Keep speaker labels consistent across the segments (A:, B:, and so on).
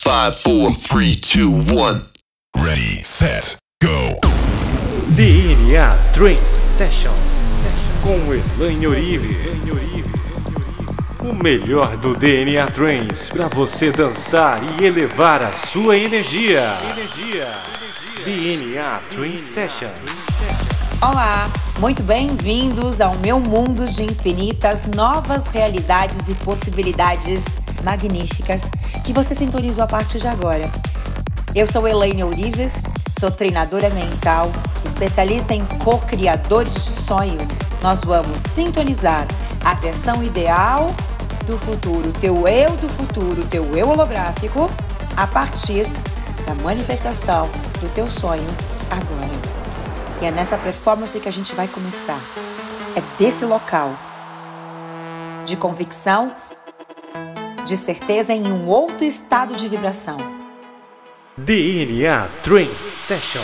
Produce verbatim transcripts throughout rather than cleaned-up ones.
A: five, four, three, two, one.
B: Ready, set, go.
C: D N A Trance Session com Elaine Orive. O melhor do D N A Trance para você dançar e elevar a sua energia. D N A Trance Session.
D: Olá, muito bem-vindos ao meu mundo de infinitas novas realidades e possibilidades magníficas que você sintonizou a partir de agora. Eu sou Elaine Orives, sou treinadora mental, especialista em co-criadores de sonhos. Nós vamos sintonizar a versão ideal do futuro, teu eu do futuro, teu eu holográfico, a partir da manifestação do teu sonho agora. E é nessa performance que a gente vai começar. É desse local de convicção, de certeza em um outro estado de vibração.
C: D N A Trance Session.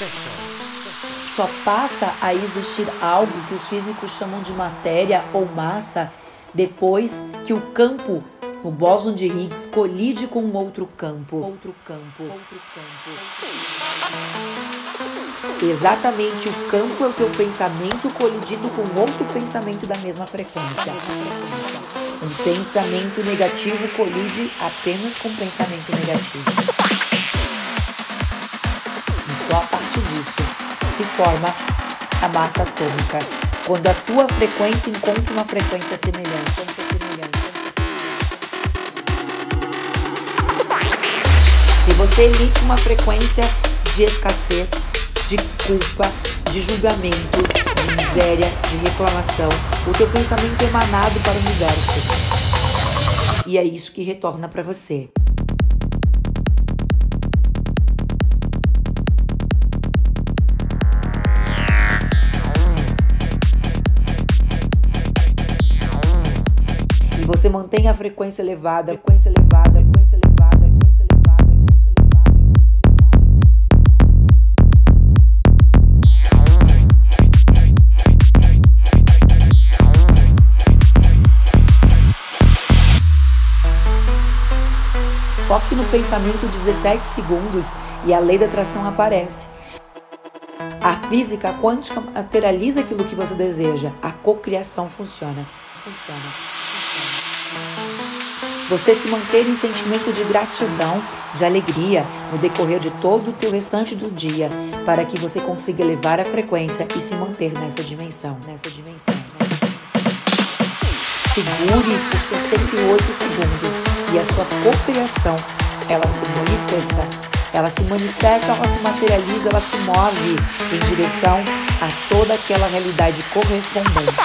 E: Só passa a existir algo que os físicos chamam de matéria ou massa depois que o campo, o bóson de Higgs, colide com outro campo. Outro campo. Outro campo. Exatamente, o campo é o teu pensamento colidindo com outro pensamento da mesma frequência. Um pensamento negativo colide apenas com um pensamento negativo. E só a partir disso se forma a massa atômica, quando a tua frequência encontra uma frequência semelhante. Se você emite uma frequência de escassez, de culpa, de julgamento, de miséria, de reclamação, o teu pensamento é emanado para o universo. E é isso que retorna para você. E você mantém a frequência elevada, frequência elevada, frequência elevada, frequência elevada, frequência elevada, Foque no pensamento dezessete segundos e a lei da atração aparece. A física quântica materializa aquilo que você deseja. A cocriação funciona. Funciona. Você se manter em sentimento de gratidão, de alegria no decorrer de todo o teu restante do dia, para que você consiga elevar a frequência e se manter nessa dimensão. Nessa dimensão. Segure por sessenta e oito segundos e a sua cocriação, ela se manifesta. Ela se manifesta, ela se materializa, ela se move em direção a toda aquela realidade correspondente.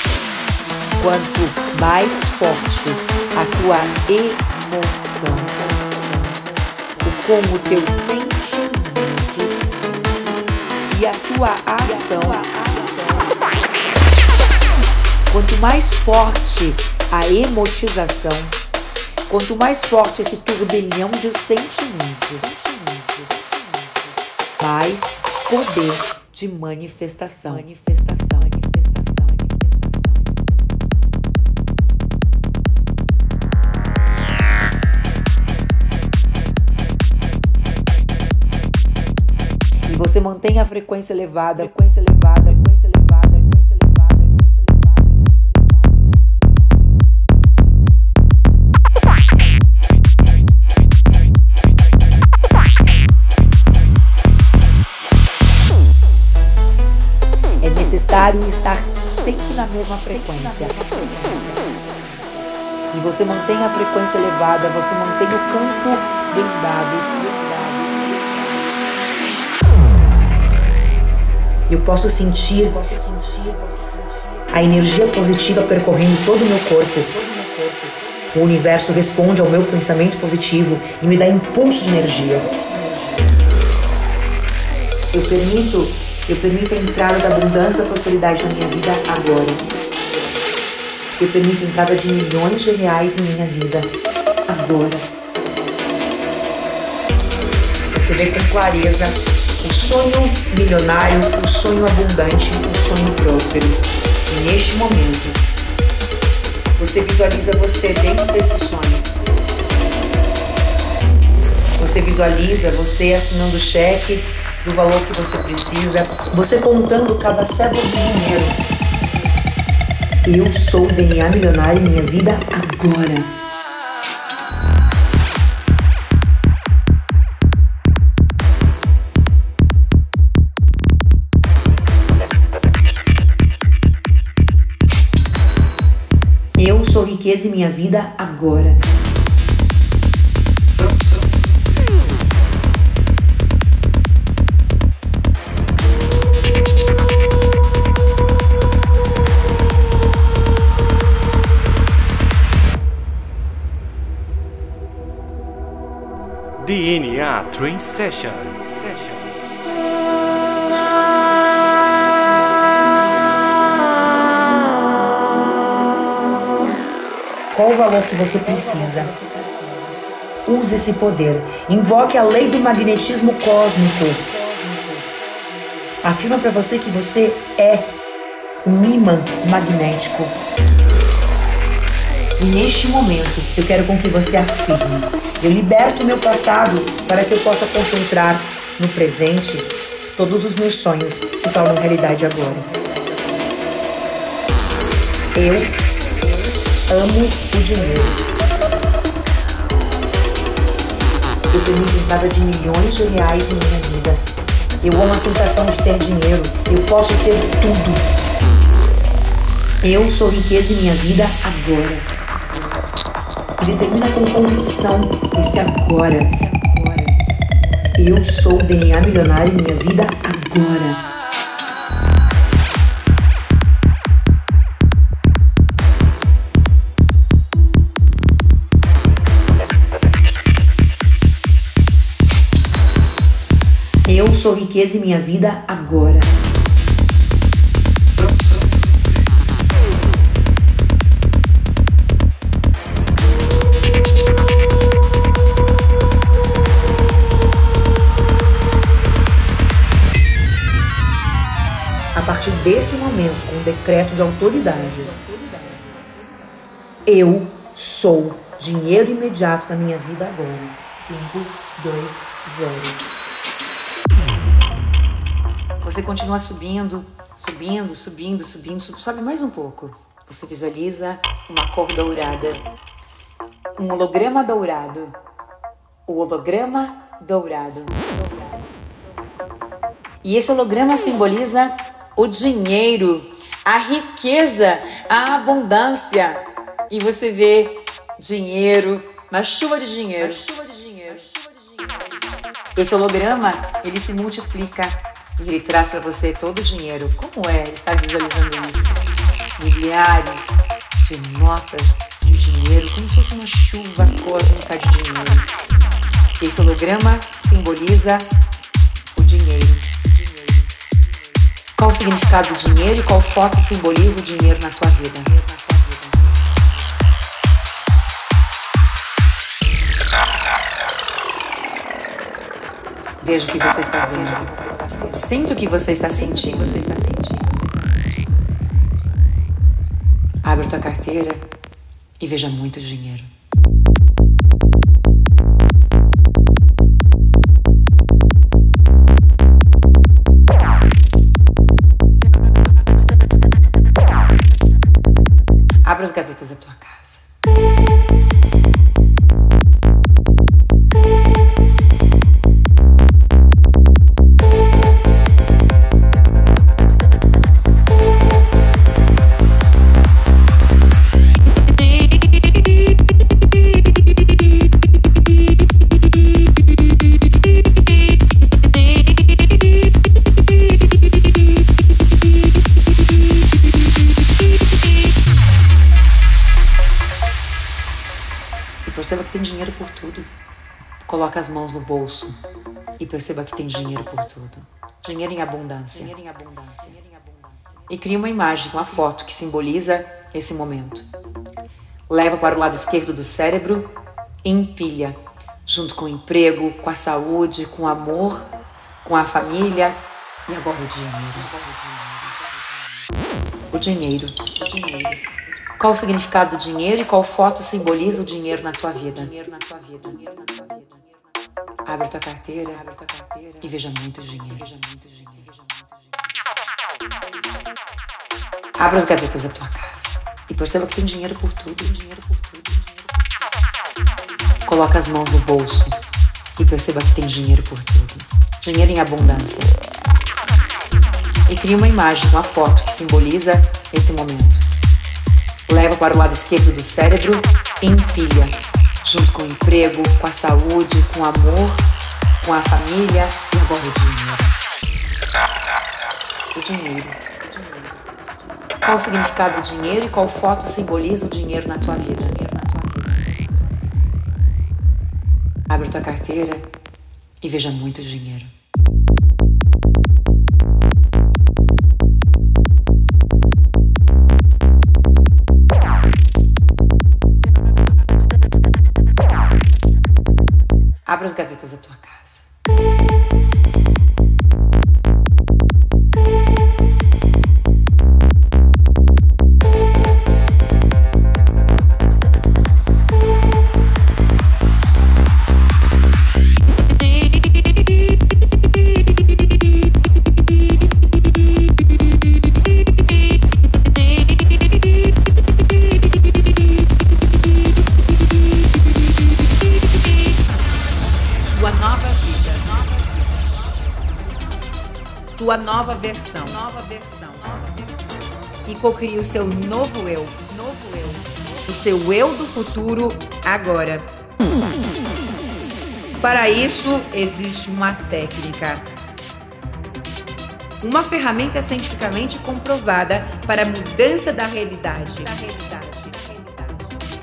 E: Quanto mais forte a tua emoção, com o teu sentimento e a tua ação, quanto mais forte a emotização, quanto mais forte esse turbilhão de sentimento, mais poder de manifestação. manifestação, manifestação, manifestação. E você mantém a frequência elevada, frequência elevada, frequência elevada, frequência elevada, frequência elevada, é necessário estar sempre na mesma frequência. E você mantém a frequência elevada, você mantém o campo blindado. Eu posso sentir, posso sentir, posso sentir a energia positiva percorrendo todo o meu corpo. O universo responde ao meu pensamento positivo e me dá impulso de energia. Eu permito, eu permito a entrada da abundância e da prosperidade na minha vida agora. Eu permito a entrada de milhões de reais em minha vida agora. Você vê com clareza o sonho milionário, o sonho abundante, o sonho próspero. E neste momento, você visualiza você dentro desse sonho. Você visualiza você assinando o cheque do valor que você precisa, você contando cada cédula de dinheiro. Eu sou o D N A milionário em minha vida agora. Eu sou riqueza em minha vida agora.
C: D N A Trance Session. Session.
E: Qual o valor que você precisa? Use esse poder. Invoque a lei do magnetismo cósmico. Afirma para você que você é um imã magnético. E neste momento, eu quero com que você afirme: eu liberto o meu passado para que eu possa concentrar no presente. Todos os meus sonhos se tornam realidade agora. Eu amo o dinheiro. Eu tenho entrada de milhões de reais em minha vida. Eu amo a sensação de ter dinheiro. Eu posso ter tudo. Eu sou riqueza em minha vida agora. E determina com convicção esse agora. Eu sou o D N A milionário em minha vida agora. Eu sou riqueza em minha vida agora. A partir desse momento, com um decreto de autoridade, eu sou dinheiro imediato na minha vida agora. cinco, dois, zero. Você continua subindo, subindo, subindo, subindo, sobe mais um pouco. Você visualiza uma cor dourada, um holograma dourado, o holograma dourado. E esse holograma simboliza o dinheiro, a riqueza, a abundância. E você vê dinheiro, uma chuva de dinheiro. Esse holograma, ele se multiplica. E ele traz para você todo o dinheiro. Como é estar visualizando isso? Milhares de notas de dinheiro, como se fosse uma chuva cósmica de dinheiro. Esse holograma simboliza o dinheiro. Qual o significado do dinheiro e qual foto simboliza o dinheiro na tua vida? Veja o que você está vendo. Sinta o que você está sentindo. Você está sentindo. Abra tua carteira e veja muito dinheiro. Abra as gavetas da tua casa. Perceba que tem dinheiro por tudo. Coloca as mãos no bolso e perceba que tem dinheiro por tudo. Dinheiro em abundância. Dinheiro em abundância. E crie uma imagem, uma foto que simboliza esse momento. Leva para o lado esquerdo do cérebro e empilha, junto com o emprego, com a saúde, com o amor, com a família e agora o dinheiro. O dinheiro. O dinheiro. Qual o significado do dinheiro e qual foto simboliza o dinheiro na tua vida? Abre tua carteira, abre tua carteira e veja muito dinheiro. Veja muito dinheiro. Veja muito dinheiro. Abra as gavetas da tua casa e perceba que tem dinheiro por tudo, tem dinheiro por tudo, dinheiro por tudo. Coloca as mãos no bolso e perceba que tem dinheiro por tudo. Dinheiro em abundância. E cria uma imagem, uma foto que simboliza esse momento. Leva para o lado esquerdo do cérebro e empilha, junto com o emprego, com a saúde, com o amor, com a família e agora o dinheiro. O dinheiro. O dinheiro. Qual o significado do dinheiro e qual foto simboliza o dinheiro na tua vida? Dinheiro na tua vida. Abre tua carteira e veja muito dinheiro. Abra as gavetas da tua casa. Sua nova versão, nova versão, nova versão. E cocrie o seu novo eu, novo eu, o seu eu do futuro agora. Para isso existe uma técnica, uma ferramenta cientificamente comprovada para a mudança da realidade. Da realidade, da realidade.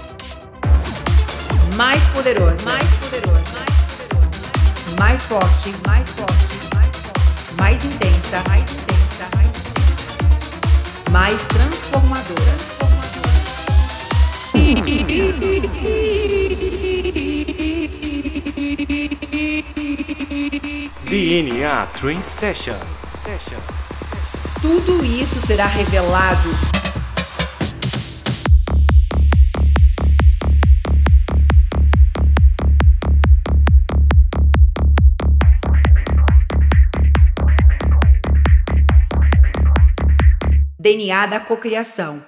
E: Mais poderoso, mais poderoso, mais poderoso, mais forte, mais forte. Mais intensa, mais intensa, mais intensa, mais transformadora.
C: D N A Trance Session.
E: Tudo isso será revelado D N A da cocriação.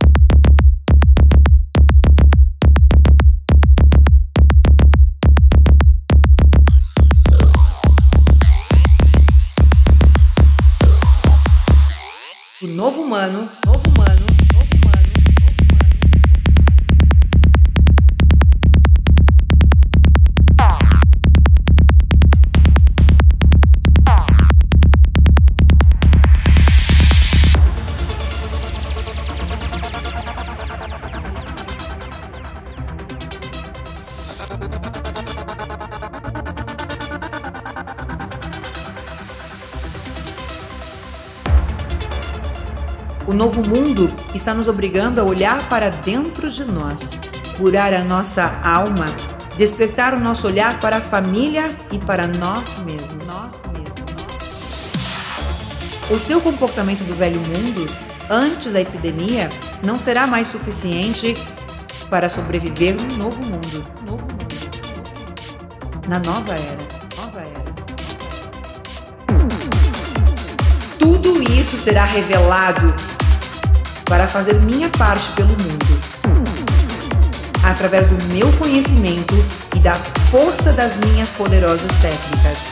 E: O novo humano, novo humano, novo humano, O novo mundo está nos obrigando a olhar para dentro de nós, curar a nossa alma, despertar o nosso olhar para a família e para nós mesmos. Nós mesmos. O seu comportamento do velho mundo, antes da epidemia, não será mais suficiente para sobreviver no novo mundo. Novo mundo. Na nova era. Nova era. Tudo isso será revelado para fazer minha parte pelo mundo, através do meu conhecimento e da força das minhas poderosas técnicas.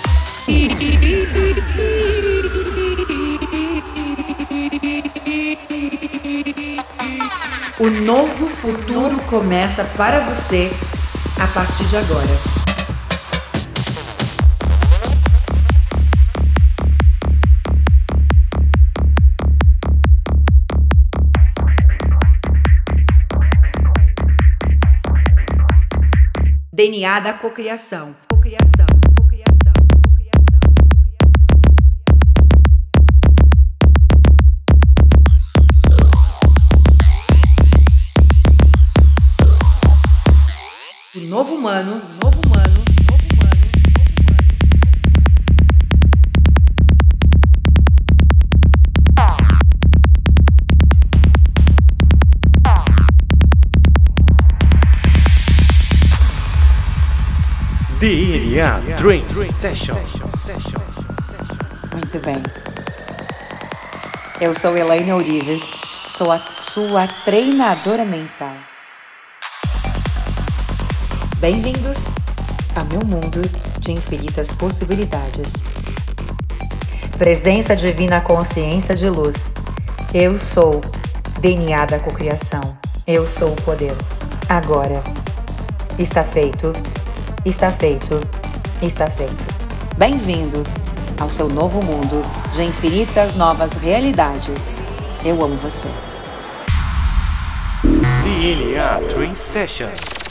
E: O novo futuro começa para você a partir de agora. D N A da cocriação. Cocriação. Cocriação. Cocriação. Cocriação. O novo humano, novo humano, novo humano,
C: D D N A Dreams Session.
D: Muito bem. Eu sou Elaine Ourives, sou a sua treinadora mental. Bem-vindos a meu mundo de infinitas possibilidades. Presença divina, consciência de luz. Eu sou D N A da cocriação. Eu sou o poder. Agora. Está feito. Está feito. Está feito. Bem-vindo ao seu novo mundo de infinitas novas realidades. Eu amo você.
C: D N A Dreams Session.